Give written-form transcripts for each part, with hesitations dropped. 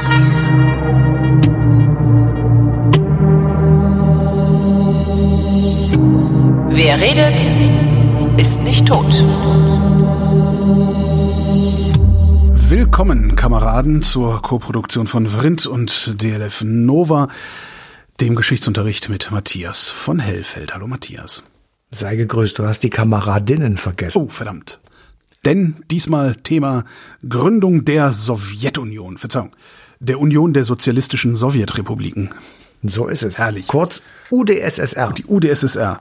Wer redet, ist nicht tot. Willkommen, Kameraden, zur Koproduktion von Vrindt und DLF Nova, dem Geschichtsunterricht mit Matthias von Hellfeld. Hallo Matthias. Sei gegrüßt, du hast die Kameradinnen vergessen. Oh, verdammt. Denn diesmal Thema Gründung der Sowjetunion. Verzeihung, der Union der Sozialistischen Sowjetrepubliken. So ist es. Herrlich. Kurz UdSSR. Die UdSSR.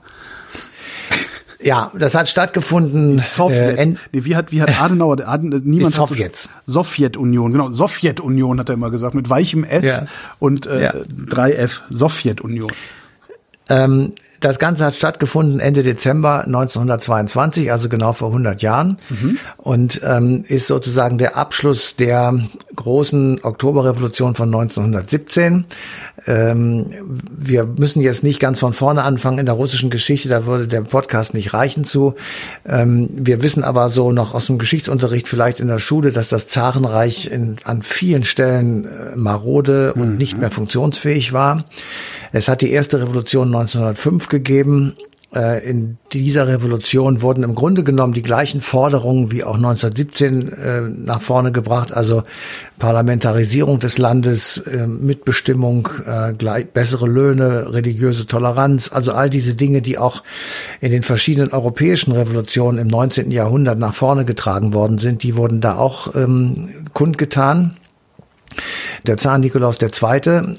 Ja, das hat stattgefunden. Die Sowjet. Wie hat Adenauer, niemand hat Sowjets. Sowjetunion, genau. Sowjetunion hat er immer gesagt, mit weichem S und 3F. Sowjetunion. Das Ganze hat stattgefunden Ende Dezember 1922, also genau vor 100 Jahren. Und ist sozusagen der Abschluss der großen Oktoberrevolution von 1917. Wir müssen jetzt nicht ganz von vorne anfangen in der russischen Geschichte, da würde der Podcast nicht reichen zu. Wir wissen aber so noch aus dem Geschichtsunterricht vielleicht in der Schule, dass das Zarenreich an vielen Stellen marode und nicht mehr funktionsfähig war. Es hat die erste Revolution 1905 gegeben. In dieser Revolution wurden im Grunde genommen die gleichen Forderungen wie auch 1917 nach vorne gebracht, also Parlamentarisierung des Landes, Mitbestimmung, bessere Löhne, religiöse Toleranz, also all diese Dinge, die auch in den verschiedenen europäischen Revolutionen im 19. Jahrhundert nach vorne getragen worden sind, die wurden da auch kundgetan. Der Zar Nikolaus II.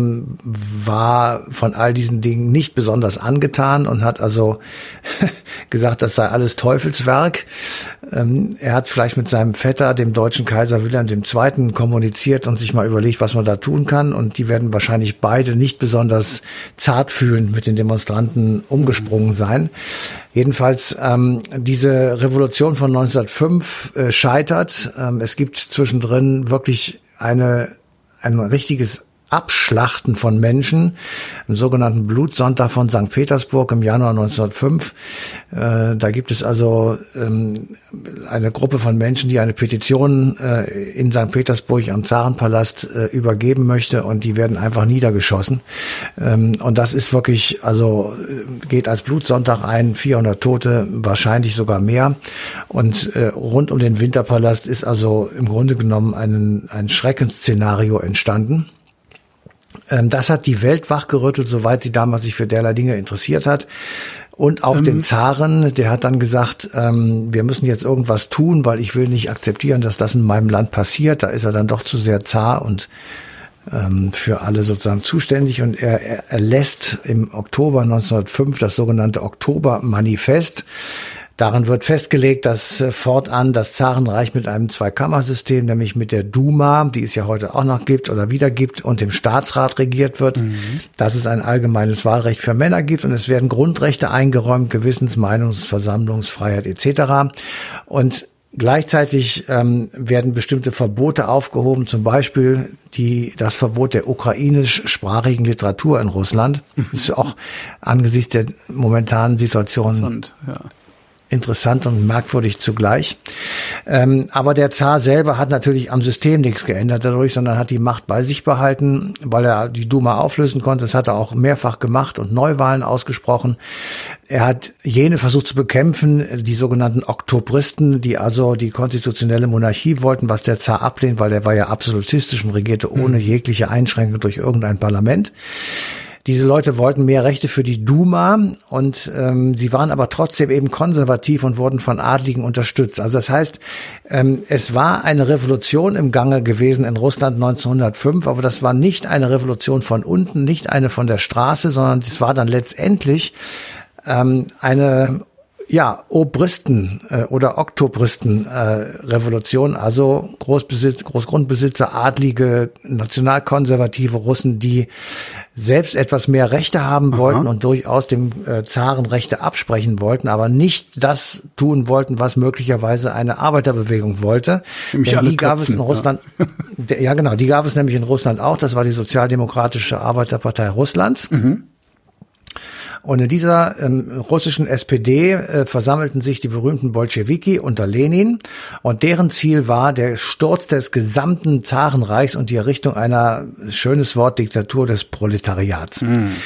War von all diesen Dingen nicht besonders angetan und hat also gesagt, das sei alles Teufelswerk. Er hat vielleicht mit seinem Vetter, dem deutschen Kaiser Wilhelm II., kommuniziert und sich mal überlegt, was man da tun kann. Und die werden wahrscheinlich beide nicht besonders zartfühlend mit den Demonstranten umgesprungen sein. Jedenfalls, diese Revolution von 1905 scheitert. Es gibt zwischendrin wirklich ein richtiges Abschlachten von Menschen, im sogenannten Blutsonntag von St. Petersburg im Januar 1905. Da gibt es also eine Gruppe von Menschen, die eine Petition in St. Petersburg am Zarenpalast übergeben möchte, und die werden einfach niedergeschossen. Und das ist wirklich, also geht als Blutsonntag ein, 400 Tote, wahrscheinlich sogar mehr. Und rund um den Winterpalast ist also im Grunde genommen ein Schreckensszenario entstanden. Das hat die Welt wachgerüttelt, soweit sie damals sich für derlei Dinge interessiert hat. Und auch den Zaren, der hat dann gesagt, wir müssen jetzt irgendwas tun, weil ich will nicht akzeptieren, dass das in meinem Land passiert. Da ist er dann doch zu sehr Zar und für alle sozusagen zuständig. Und er lässt im Oktober 1905 das sogenannte Oktobermanifest. Darin wird festgelegt, dass fortan das Zarenreich mit einem Zweikammersystem, nämlich mit der Duma, die es ja heute auch noch gibt oder wieder gibt, und dem Staatsrat regiert wird, dass es ein allgemeines Wahlrecht für Männer gibt und es werden Grundrechte eingeräumt, Gewissens-, Meinungs-, Versammlungsfreiheit etc. Und gleichzeitig werden bestimmte Verbote aufgehoben, zum Beispiel das Verbot der ukrainischsprachigen Literatur in Russland. Das ist auch angesichts der momentanen Situation interessant und merkwürdig zugleich. Aber der Zar selber hat natürlich am System nichts geändert dadurch, sondern hat die Macht bei sich behalten, weil er die Duma auflösen konnte. Das hat er auch mehrfach gemacht und Neuwahlen ausgesprochen. Er hat jene versucht zu bekämpfen, die sogenannten Oktobristen, die also die konstitutionelle Monarchie wollten, was der Zar ablehnt, weil er war ja absolutistisch und regierte ohne jegliche Einschränkung durch irgendein Parlament. Diese Leute wollten mehr Rechte für die Duma und sie waren aber trotzdem eben konservativ und wurden von Adligen unterstützt. Also das heißt, es war eine Revolution im Gange gewesen in Russland 1905, aber das war nicht eine Revolution von unten, nicht eine von der Straße, sondern es war dann letztendlich eine Obristen oder Oktobristen-Revolution, also Großgrundbesitzer, Adlige, nationalkonservative Russen, die selbst etwas mehr Rechte haben wollten und durchaus dem Zaren Rechte absprechen wollten, aber nicht das tun wollten, was möglicherweise eine Arbeiterbewegung wollte. Denn die gab es in Russland, die gab es nämlich in Russland auch, das war die Sozialdemokratische Arbeiterpartei Russlands. Und in dieser russischen SPD versammelten sich die berühmten Bolschewiki unter Lenin und deren Ziel war der Sturz des gesamten Zarenreichs und die Errichtung einer, schönes Wort, Diktatur des Proletariats.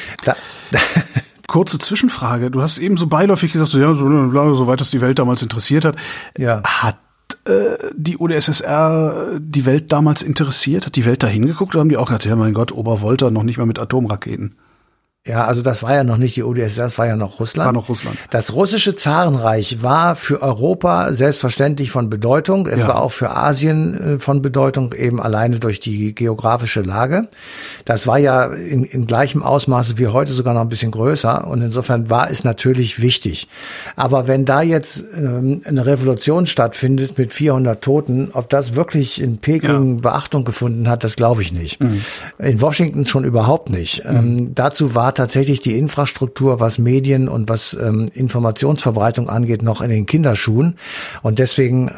Kurze Zwischenfrage. Du hast eben so beiläufig gesagt, ja, soweit das die Welt damals interessiert hat. Ja. Hat die UdSSR die Welt damals interessiert? Hat die Welt da hingeguckt oder haben die auch gesagt, ja mein Gott, Oberwolter noch nicht mal mit Atomraketen? Ja, also das war ja noch nicht die UdSSR, das war ja noch Russland. War noch Russland. Das russische Zarenreich war für Europa selbstverständlich von Bedeutung. Es war auch für Asien von Bedeutung, eben alleine durch die geografische Lage. Das war ja in gleichem Ausmaße wie heute sogar noch ein bisschen größer. Und insofern war es natürlich wichtig. Aber wenn da jetzt eine Revolution stattfindet mit 400 Toten, ob das wirklich in Peking Beachtung gefunden hat, das glaube ich nicht. In Washington schon überhaupt nicht. Dazu war tatsächlich die Infrastruktur, was Medien und was Informationsverbreitung angeht, noch in den Kinderschuhen. Und deswegen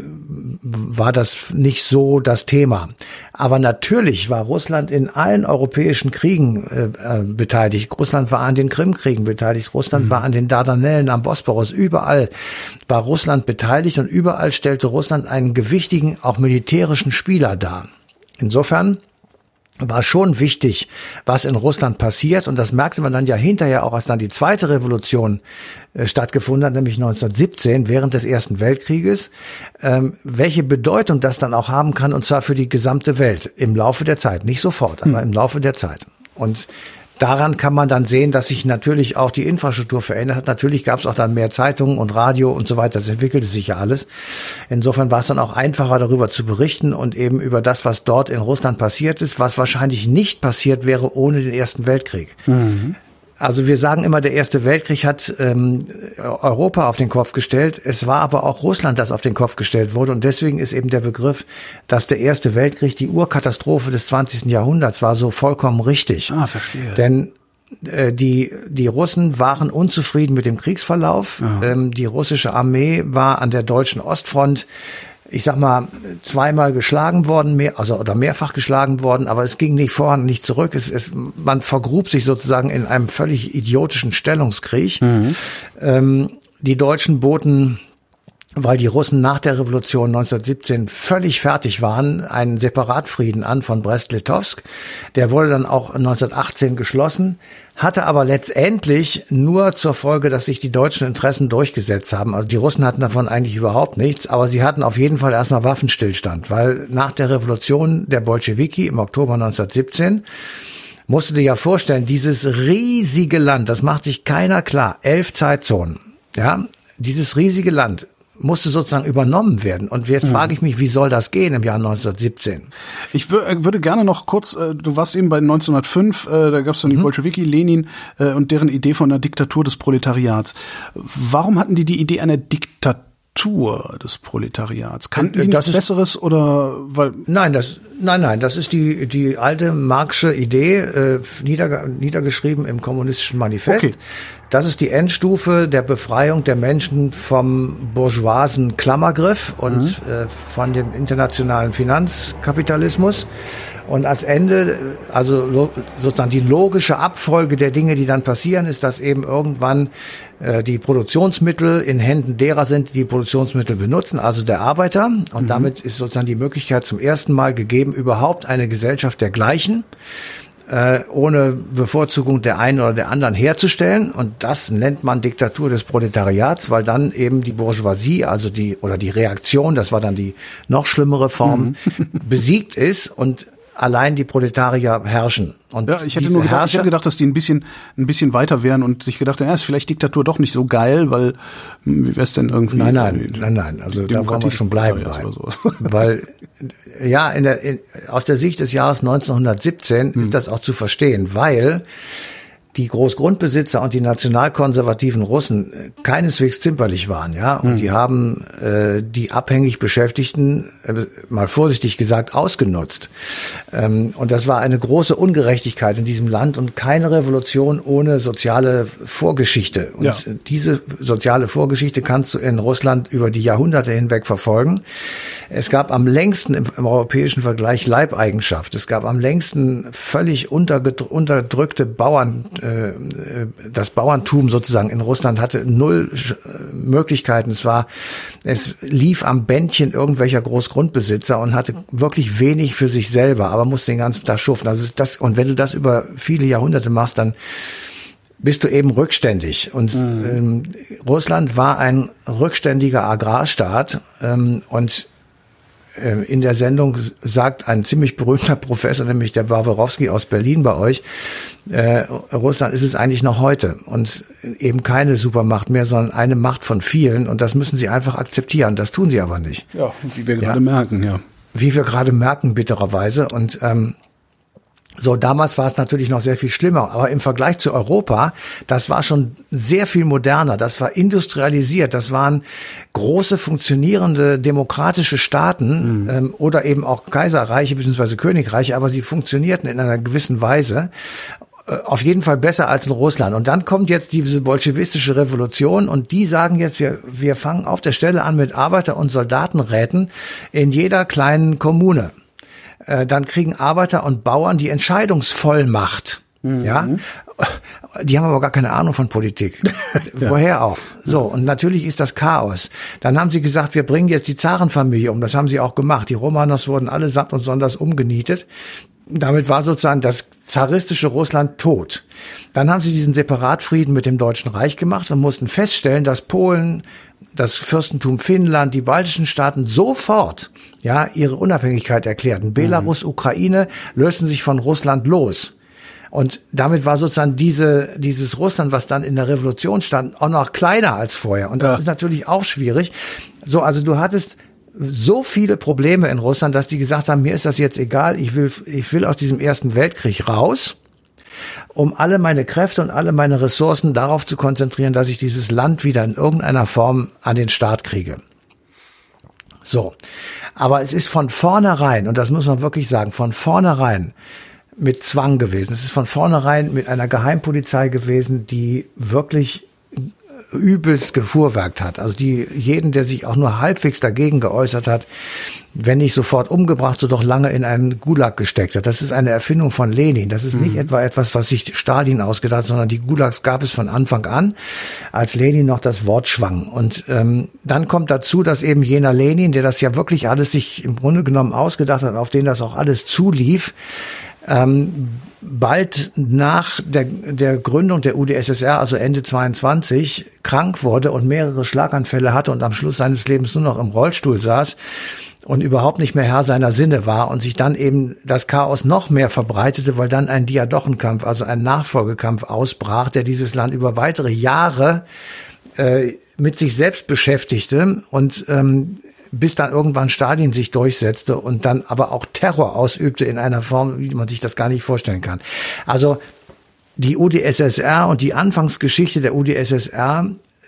war das nicht so das Thema. Aber natürlich war Russland in allen europäischen Kriegen beteiligt. Russland war an den Krimkriegen beteiligt. Russland war an den Dardanellen am Bosporus. Überall war Russland beteiligt und überall stellte Russland einen gewichtigen, auch militärischen Spieler dar. Insofern war schon wichtig, was in Russland passiert. Und das merkte man dann ja hinterher auch, als dann die zweite Revolution stattgefunden hat, nämlich 1917, während des Ersten Weltkrieges, welche Bedeutung das dann auch haben kann, und zwar für die gesamte Welt im Laufe der Zeit. Nicht sofort, aber im Laufe der Zeit. Und daran kann man dann sehen, dass sich natürlich auch die Infrastruktur verändert hat. Natürlich gab es auch dann mehr Zeitungen und Radio und so weiter. Das entwickelte sich ja alles. Insofern war es dann auch einfacher, darüber zu berichten und eben über das, was dort in Russland passiert ist, was wahrscheinlich nicht passiert wäre ohne den Ersten Weltkrieg. Also wir sagen immer, der Erste Weltkrieg hat Europa auf den Kopf gestellt. Es war aber auch Russland, das auf den Kopf gestellt wurde. Und deswegen ist eben der Begriff, dass der Erste Weltkrieg die Urkatastrophe des 20. Jahrhunderts war, so vollkommen richtig. Ah, verstehe. Denn die Russen waren unzufrieden mit dem Kriegsverlauf. Die russische Armee war an der deutschen Ostfront, ich sag mal, zweimal geschlagen worden, oder mehrfach geschlagen worden, aber es ging nicht vor und nicht zurück. Man vergrub sich sozusagen in einem völlig idiotischen Stellungskrieg. Die Deutschen boten, weil die Russen nach der Revolution 1917 völlig fertig waren, einen Separatfrieden an von Brest-Litowsk. Der wurde dann auch 1918 geschlossen, hatte aber letztendlich nur zur Folge, dass sich die deutschen Interessen durchgesetzt haben. Also die Russen hatten davon eigentlich überhaupt nichts, aber sie hatten auf jeden Fall erstmal Waffenstillstand, weil nach der Revolution der Bolschewiki im Oktober 1917 musst du dir ja vorstellen, dieses riesige Land, das macht sich keiner klar, 11 Zeitzonen, ja, dieses riesige Land musste sozusagen übernommen werden. Und jetzt frage ich mich, wie soll das gehen im Jahr 1917? Ich würde gerne noch kurz, du warst eben bei 1905, da gab es dann die Bolschewiki, Lenin und deren Idee von einer Diktatur des Proletariats. Warum hatten die Idee einer Diktatur des Proletariats? Kannten die nichts Besseres oder weil? Nein, das ist die alte Marxische Idee, niedergeschrieben im Kommunistischen Manifest. Okay. Das ist die Endstufe der Befreiung der Menschen vom bourgeoisen Klammergriff und von dem internationalen Finanzkapitalismus. Und als Ende, also sozusagen die logische Abfolge der Dinge, die dann passieren, ist, dass eben irgendwann die Produktionsmittel in Händen derer sind, die die Produktionsmittel benutzen, also der Arbeiter. Und damit ist sozusagen die Möglichkeit zum ersten Mal gegeben, überhaupt eine Gesellschaft der Gleichen ohne Bevorzugung der einen oder der anderen herzustellen. Und das nennt man Diktatur des Proletariats, weil dann eben die Bourgeoisie, also die Reaktion, das war dann die noch schlimmere Form, besiegt ist und allein die Proletarier herrschen. Und ja, ich hätte gedacht, dass die ein bisschen weiter wären und sich gedacht haben, ist vielleicht Diktatur doch nicht so geil, weil wie wär's denn irgendwie? Nein. Also da wollen wir schon bleiben bei. Weil ja, aus der Sicht des Jahres 1917 ist das auch zu verstehen, weil die Großgrundbesitzer und die nationalkonservativen Russen keineswegs zimperlich waren, ja, und die haben die abhängig Beschäftigten, mal vorsichtig gesagt, ausgenutzt. Und das war eine große Ungerechtigkeit in diesem Land und keine Revolution ohne soziale Vorgeschichte. Und diese soziale Vorgeschichte kannst du in Russland über die Jahrhunderte hinweg verfolgen. Es gab am längsten im europäischen Vergleich Leibeigenschaft. Es gab am längsten völlig unterdrückte Bauern das Bauerntum sozusagen in Russland hatte null Möglichkeiten. Es lief am Bändchen irgendwelcher Großgrundbesitzer und hatte wirklich wenig für sich selber, aber musste den ganzen Tag schuften. Und wenn du das über viele Jahrhunderte machst, dann bist du eben rückständig. Und Russland war ein rückständiger Agrarstaat und in der Sendung sagt ein ziemlich berühmter Professor, nämlich der Wawerowski aus Berlin bei euch, Russland ist es eigentlich noch heute und eben keine Supermacht mehr, sondern eine Macht von vielen und das müssen sie einfach akzeptieren. Das tun sie aber nicht. Ja, wie wir gerade merken, ja. Wie wir gerade merken, bittererweise. Und so, damals war es natürlich noch sehr viel schlimmer, aber im Vergleich zu Europa, das war schon sehr viel moderner, das war industrialisiert, das waren große, funktionierende, demokratische Staaten oder eben auch Kaiserreiche bzw. Königreiche, aber sie funktionierten in einer gewissen Weise. Auf jeden Fall besser als in Russland. Und dann kommt jetzt diese bolschewistische Revolution und die sagen jetzt, wir fangen auf der Stelle an mit Arbeiter- und Soldatenräten in jeder kleinen Kommune. Dann kriegen Arbeiter und Bauern die Entscheidungsvollmacht. Ja, die haben aber gar keine Ahnung von Politik. Ja. Woher auch? So, und natürlich ist das Chaos. Dann haben sie gesagt, wir bringen jetzt die Zarenfamilie um. Das haben sie auch gemacht. Die Romanows wurden alle samt und sonders umgenietet. Damit war sozusagen das zaristische Russland tot. Dann haben sie diesen Separatfrieden mit dem Deutschen Reich gemacht und mussten feststellen, dass Polen, das Fürstentum Finnland, die baltischen Staaten sofort ihre Unabhängigkeit erklärten. Belarus, Ukraine lösten sich von Russland los. Und damit war sozusagen dieses Russland, was dann in der Revolution stand, auch noch kleiner als vorher. Und das ist natürlich auch schwierig. So, also du hattest so viele Probleme in Russland, dass die gesagt haben, mir ist das jetzt egal, ich will aus diesem Ersten Weltkrieg raus, um alle meine Kräfte und alle meine Ressourcen darauf zu konzentrieren, dass ich dieses Land wieder in irgendeiner Form an den Start kriege. So. Aber es ist von vornherein, und das muss man wirklich sagen, von vornherein mit Zwang gewesen. Es ist von vornherein mit einer Geheimpolizei gewesen, die wirklich übelst gefuhrwerkt hat. Also jeden, der sich auch nur halbwegs dagegen geäußert hat, wenn nicht sofort umgebracht, so doch lange in einen Gulag gesteckt hat. Das ist eine Erfindung von Lenin. Das ist nicht etwa etwas, was sich Stalin ausgedacht hat, sondern die Gulags gab es von Anfang an, als Lenin noch das Wort schwang. Und dann kommt dazu, dass eben jener Lenin, der das ja wirklich alles sich im Grunde genommen ausgedacht hat, auf den das auch alles zulief, bald nach der Gründung der UdSSR, also Ende 22, krank wurde und mehrere Schlaganfälle hatte und am Schluss seines Lebens nur noch im Rollstuhl saß und überhaupt nicht mehr Herr seiner Sinne war und sich dann eben das Chaos noch mehr verbreitete, weil dann ein Diadochenkampf, also ein Nachfolgekampf ausbrach, der dieses Land über weitere Jahre mit sich selbst beschäftigte und bis dann irgendwann Stalin sich durchsetzte und dann aber auch Terror ausübte in einer Form, wie man sich das gar nicht vorstellen kann. Also die UdSSR und die Anfangsgeschichte der UdSSR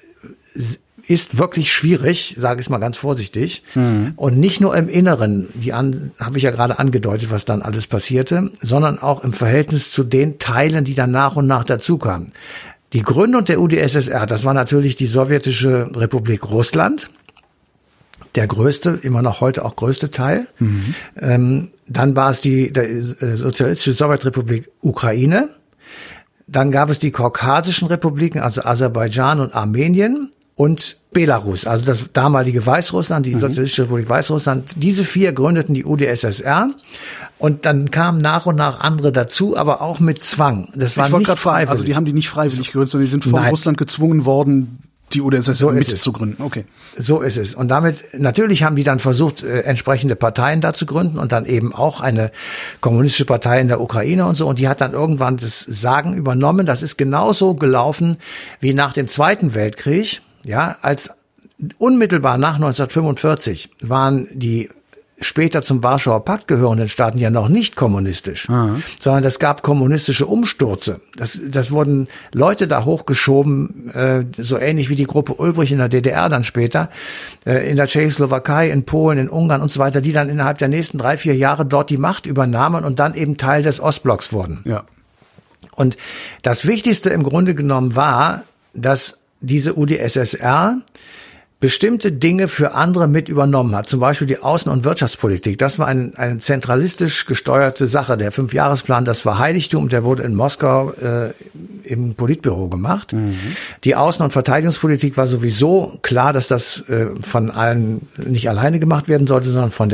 ist wirklich schwierig, sage ich es mal ganz vorsichtig. Und nicht nur im Inneren, habe ich ja gerade angedeutet, was dann alles passierte, sondern auch im Verhältnis zu den Teilen, die dann nach und nach dazukamen. Die Gründung der UdSSR, das war natürlich die sowjetische Republik Russland, der größte, immer noch heute auch größte Teil. Dann war es die sozialistische Sowjetrepublik Ukraine. Dann gab es die kaukasischen Republiken, also Aserbaidschan und Armenien und Belarus, also das damalige Weißrussland, die Sozialistische Republik Weißrussland. Diese 4 gründeten die UdSSR und dann kamen nach und nach andere dazu, aber auch mit Zwang. Das war nicht freiwillig. Also die haben die nicht freiwillig gegründet, sondern die sind von Russland gezwungen worden, die UdSSR mitzugründen. Okay. So ist es. Und damit, natürlich haben die dann versucht, entsprechende Parteien da zu gründen und dann eben auch eine kommunistische Partei in der Ukraine und so. Und die hat dann irgendwann das Sagen übernommen. Das ist genauso gelaufen wie nach dem Zweiten Weltkrieg. Ja, als unmittelbar nach 1945 waren die später zum Warschauer Pakt gehörenden Staaten ja noch nicht kommunistisch, sondern es gab kommunistische Umstürze. Das wurden Leute da hochgeschoben, so ähnlich wie die Gruppe Ulbricht in der DDR dann später, in der Tschechoslowakei, in Polen, in Ungarn und so weiter, die dann innerhalb der nächsten 3-4 Jahre dort die Macht übernahmen und dann eben Teil des Ostblocks wurden. Ja. Und das Wichtigste im Grunde genommen war, dass diese UdSSR bestimmte Dinge für andere mit übernommen hat, zum Beispiel die Außen- und Wirtschaftspolitik. Das war eine zentralistisch gesteuerte Sache. Der 5-Jahresplan, das war Heiligtum, der wurde in Moskau im Politbüro gemacht. Mhm. Die Außen- und Verteidigungspolitik war sowieso klar, dass das von allen nicht alleine gemacht werden sollte, sondern von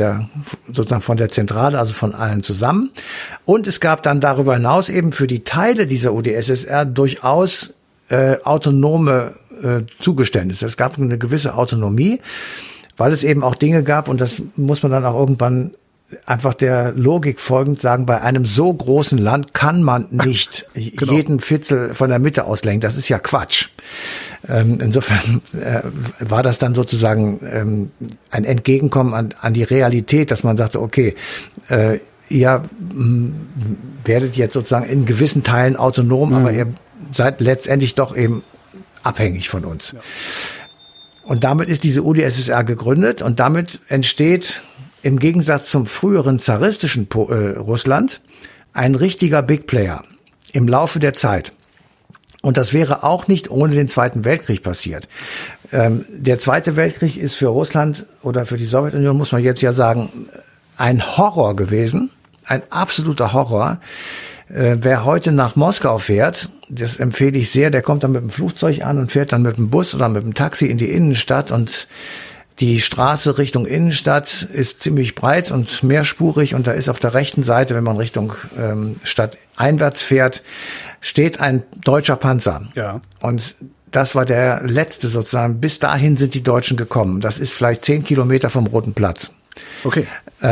der Zentrale, also von allen zusammen. Und es gab dann darüber hinaus eben für die Teile dieser UdSSR durchaus autonome Zugeständnisse. Es gab eine gewisse Autonomie, weil es eben auch Dinge gab, und das muss man dann auch irgendwann einfach der Logik folgend sagen, bei einem so großen Land kann man nicht jeden Fitzel von der Mitte aus lenken. Das ist ja Quatsch. Insofern war das dann sozusagen ein Entgegenkommen an die Realität, dass man sagte, okay, ihr werdet jetzt sozusagen in gewissen Teilen autonom, aber ihr seid letztendlich doch eben abhängig von uns. Ja. Und damit ist diese UdSSR gegründet und damit entsteht im Gegensatz zum früheren zaristischen Russland ein richtiger Big Player im Laufe der Zeit. Und das wäre auch nicht ohne den Zweiten Weltkrieg passiert. Der Zweite Weltkrieg ist für Russland oder für die Sowjetunion, muss man jetzt ja sagen, ein Horror gewesen, ein absoluter Horror. Wer heute nach Moskau fährt, das empfehle ich sehr, der kommt dann mit dem Flugzeug an und fährt dann mit dem Bus oder mit dem Taxi in die Innenstadt, und die Straße Richtung Innenstadt ist ziemlich breit und mehrspurig, und da ist auf der rechten Seite, wenn man Richtung Stadt einwärts fährt, steht ein deutscher Panzer. Ja. Und das war der letzte sozusagen. Bis dahin sind die Deutschen gekommen. Das ist vielleicht 10 Kilometer vom Roten Platz. Okay.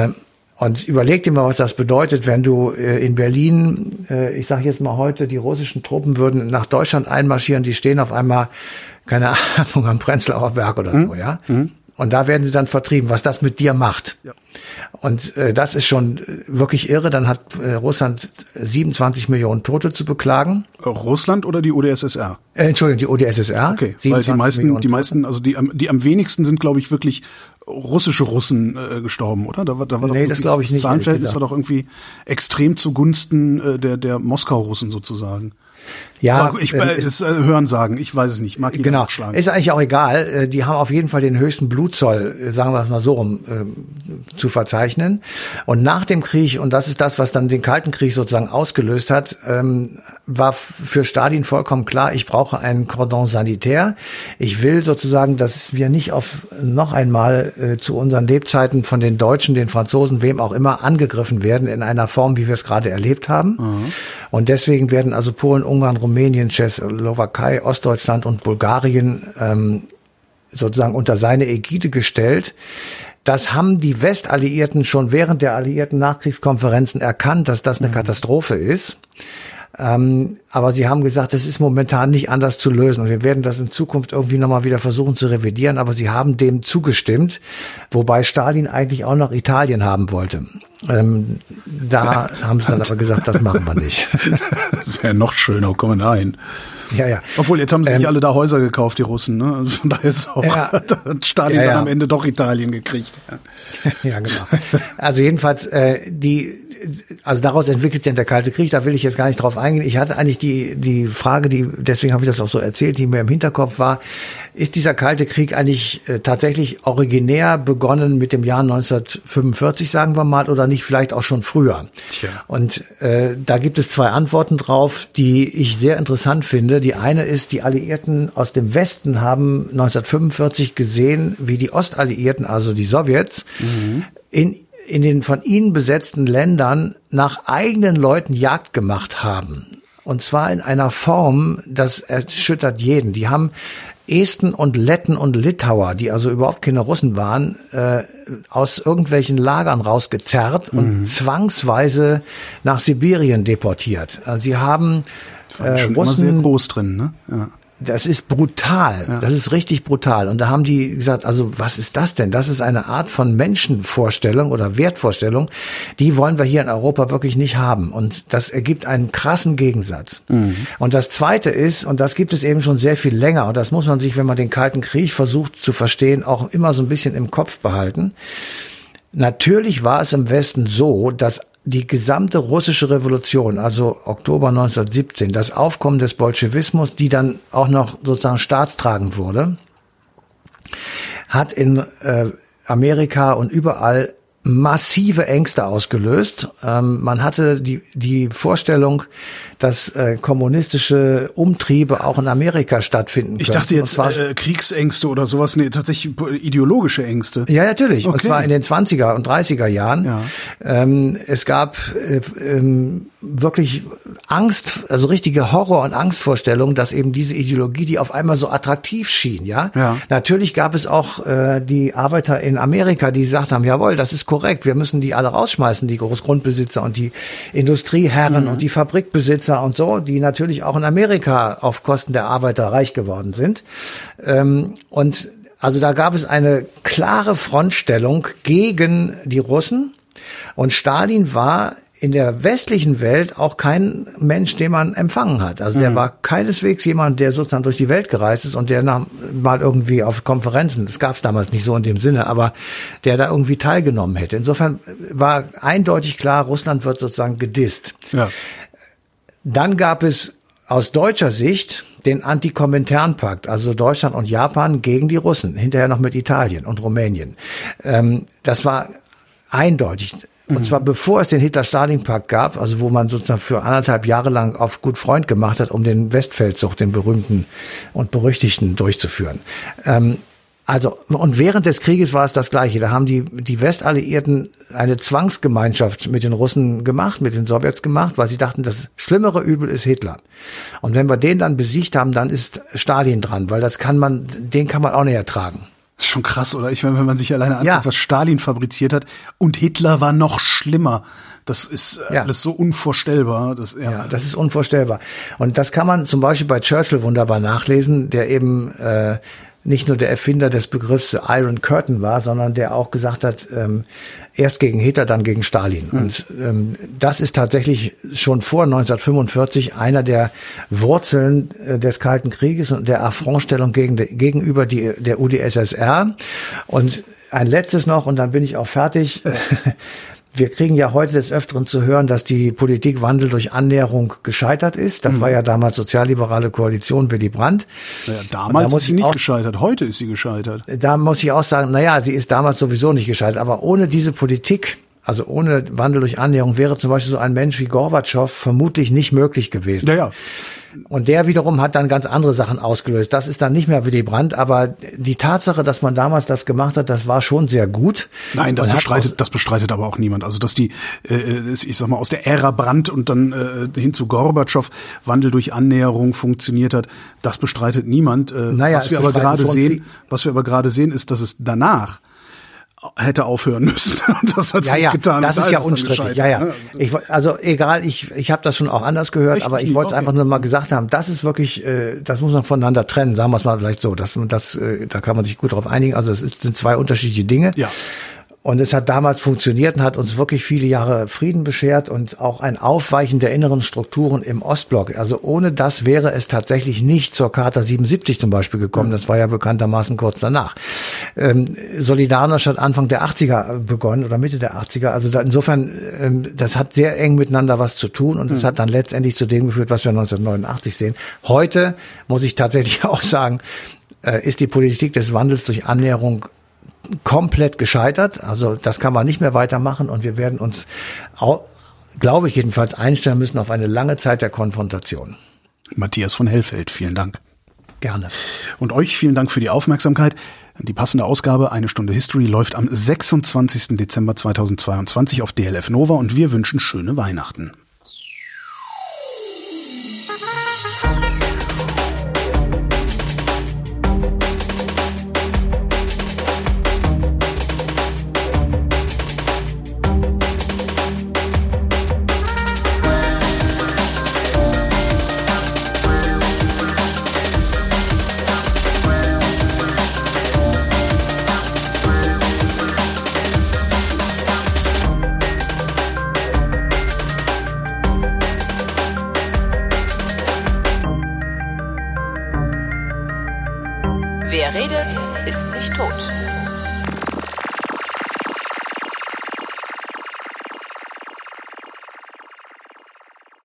Und überleg dir mal, was das bedeutet, wenn du in Berlin, ich sage jetzt mal heute, die russischen Truppen würden nach Deutschland einmarschieren, die stehen auf einmal, keine Ahnung, am Prenzlauer Berg oder so, ja. Mhm. Und da werden sie dann vertrieben, was das mit dir macht. Ja. Und das ist schon wirklich irre. Dann hat Russland 27 Millionen Tote zu beklagen. Russland oder die UdSSR? Entschuldigung, die UdSSR. Okay, weil die meisten, also die am wenigsten sind, glaube ich, wirklich russische Russen gestorben, oder? Da war nee, das glaube ich nicht. Das Zahlenverhältnis war doch irgendwie extrem zugunsten der Moskau-Russen sozusagen. Ja, das hören sagen, ich weiß es nicht, mag ihn genau. Schlagen. Ist eigentlich auch egal, die haben auf jeden Fall den höchsten Blutzoll, sagen wir es mal so rum, zu verzeichnen. Und nach dem Krieg, und das ist das, was dann den Kalten Krieg sozusagen ausgelöst hat, war für Stalin vollkommen klar, ich brauche einen Cordon sanitaire. Ich will sozusagen, dass wir nicht noch einmal zu unseren Lebzeiten von den Deutschen, den Franzosen, wem auch immer, angegriffen werden in einer Form, wie wir es gerade erlebt haben. Mhm. Und deswegen werden also Polen, Ungarn, Rumänien, Tschechoslowakei, Ostdeutschland und Bulgarien sozusagen unter seine Ägide gestellt. Das haben die Westalliierten schon während der alliierten Nachkriegskonferenzen erkannt, dass das eine Katastrophe ist. Aber sie haben gesagt, das ist momentan nicht anders zu lösen und wir werden das in Zukunft irgendwie nochmal wieder versuchen zu revidieren, aber sie haben dem zugestimmt, wobei Stalin eigentlich auch noch Italien haben wollte. Da haben sie dann aber gesagt, das machen wir nicht. Das wäre noch schöner, kommen wir da hin. Ja, ja. Obwohl, jetzt haben sie sich alle da Häuser gekauft, die Russen, ne? Also von daher ist auch hat Stalin dann am Ende doch Italien gekriegt. Ja, genau. Also jedenfalls, also daraus entwickelt sich der Kalte Krieg, da will ich jetzt gar nicht drauf eingehen. Ich hatte eigentlich die Frage, deswegen habe ich das auch so erzählt, die mir im Hinterkopf war, ist dieser Kalte Krieg eigentlich tatsächlich originär begonnen mit dem Jahr 1945, sagen wir mal, oder nicht vielleicht auch schon früher? Tja. Und da gibt es 2 Antworten drauf, die ich sehr interessant finde. Die eine ist, die Alliierten aus dem Westen haben 1945 gesehen, wie die Ostalliierten, also die Sowjets, in den von ihnen besetzten Ländern nach eigenen Leuten Jagd gemacht haben. Und zwar in einer Form, das erschüttert jeden. Die haben Esten und Letten und Litauer, die also überhaupt keine Russen waren, aus irgendwelchen Lagern rausgezerrt und zwangsweise nach Sibirien deportiert. Also sie haben schon Russen immer sehr groß drin, ne? Ja. Das ist brutal. Ja. Das ist richtig brutal. Und da haben die gesagt, also was ist das denn? Das ist eine Art von Menschenvorstellung oder Wertvorstellung, die wollen wir hier in Europa wirklich nicht haben. Und das ergibt einen krassen Gegensatz. Mhm. Und das Zweite ist, und das gibt es eben schon sehr viel länger, und das muss man sich, wenn man den Kalten Krieg versucht zu verstehen, auch immer so ein bisschen im Kopf behalten. Natürlich war es im Westen so, dass die gesamte russische Revolution, also Oktober 1917, das Aufkommen des Bolschewismus, die dann auch noch sozusagen staatstragend wurde, hat in Amerika und überall massive Ängste ausgelöst. Man hatte die Vorstellung, dass kommunistische Umtriebe auch in Amerika stattfinden können. Ich dachte jetzt Kriegsängste oder sowas, nee, tatsächlich ideologische Ängste. Ja, natürlich. Okay. Und zwar in den 20er und 30er Jahren. Ja. Es gab wirklich Angst, also richtige Horror- und Angstvorstellungen, dass eben diese Ideologie, die auf einmal so attraktiv schien, ja. Natürlich gab es auch die Arbeiter in Amerika, die gesagt haben, jawohl, das ist korrekt, wir müssen die alle rausschmeißen, die Großgrundbesitzer und die Industrieherren und die Fabrikbesitzer und so, die natürlich auch in Amerika auf Kosten der Arbeiter reich geworden sind. Und also da gab es eine klare Frontstellung gegen die Russen. Und Stalin war in der westlichen Welt auch kein Mensch, den man empfangen hat. Also der war keineswegs jemand, der sozusagen durch die Welt gereist ist und der mal irgendwie auf Konferenzen, das gab es damals nicht so in dem Sinne, aber der da irgendwie teilgenommen hätte. Insofern war eindeutig klar, Russland wird sozusagen gedisst. Ja. Dann gab es aus deutscher Sicht den Antikominternpakt, also Deutschland und Japan gegen die Russen, hinterher noch mit Italien und Rumänien. Das war eindeutig. Und zwar bevor es den Hitler-Stalin-Pakt gab, also wo man sozusagen für 1,5 Jahre lang auf gut Freund gemacht hat, um den Westfeldzug, den berühmten und berüchtigten, durchzuführen. Und während des Krieges war es das Gleiche. Da haben die Westalliierten eine Zwangsgemeinschaft mit den Russen gemacht, mit den Sowjets gemacht, weil sie dachten, das schlimmere Übel ist Hitler. Und wenn wir den dann besiegt haben, dann ist Stalin dran, weil den kann man auch nicht ertragen. Das ist schon krass, oder? Wenn man sich alleine anguckt, was Stalin fabriziert hat. Und Hitler war noch schlimmer. Das ist alles so unvorstellbar. Das ist unvorstellbar. Und das kann man zum Beispiel bei Churchill wunderbar nachlesen, der eben nicht nur der Erfinder des Begriffs Iron Curtain war, sondern der auch gesagt hat, erst gegen Hitler, dann gegen Stalin. Und das ist tatsächlich schon vor 1945 einer der Wurzeln des Kalten Krieges und der Affrontstellung gegenüber der UdSSR. Und ein letztes noch, und dann bin ich auch fertig. Wir kriegen ja heute des Öfteren zu hören, dass die Politik Wandel durch Annäherung gescheitert ist. Das war ja damals sozialliberale Koalition Willy Brandt. Naja, damals ist sie nicht gescheitert, heute ist sie gescheitert. Da muss ich auch sagen, sie ist damals sowieso nicht gescheitert. Aber ohne diese Politik, also ohne Wandel durch Annäherung, wäre zum Beispiel so ein Mensch wie Gorbatschow vermutlich nicht möglich gewesen. Ja. Und der wiederum hat dann ganz andere Sachen ausgelöst. Das ist dann nicht mehr Willy Brandt, aber die Tatsache, dass man damals das gemacht hat, das war schon sehr gut. Nein, das bestreitet aber auch niemand. Also dass ich sag mal, aus der Ära Brandt und dann hin zu Gorbatschow Wandel durch Annäherung funktioniert hat, das bestreitet niemand. Was wir aber gerade sehen, ist, dass es danach hätte aufhören müssen. Das hat es nicht getan. Das ist ja unstrittig. Ich habe das schon auch anders gehört, aber ich wollte es einfach nur mal gesagt haben. Das ist wirklich, das muss man voneinander trennen. Sagen wir es mal vielleicht so. Da kann man sich gut drauf einigen. Also sind zwei unterschiedliche Dinge. Ja. Und es hat damals funktioniert und hat uns wirklich viele Jahre Frieden beschert und auch ein Aufweichen der inneren Strukturen im Ostblock. Also ohne das wäre es tatsächlich nicht zur Charta 77 zum Beispiel gekommen. Das war ja bekanntermaßen kurz danach. Solidarność hat Anfang der 80er begonnen oder Mitte der 80er. Also insofern, das hat sehr eng miteinander was zu tun und das hat dann letztendlich zu dem geführt, was wir 1989 sehen. Heute, muss ich tatsächlich auch sagen, ist die Politik des Wandels durch Annäherung komplett gescheitert. Also das kann man nicht mehr weitermachen und wir werden uns, glaube ich jedenfalls, einstellen müssen auf eine lange Zeit der Konfrontation. Matthias von Hellfeld, vielen Dank. Gerne. Und euch vielen Dank für die Aufmerksamkeit. Die passende Ausgabe, Eine Stunde History, läuft am 26. Dezember 2022 auf DLF Nova und wir wünschen schöne Weihnachten. Wer redet, ist nicht tot.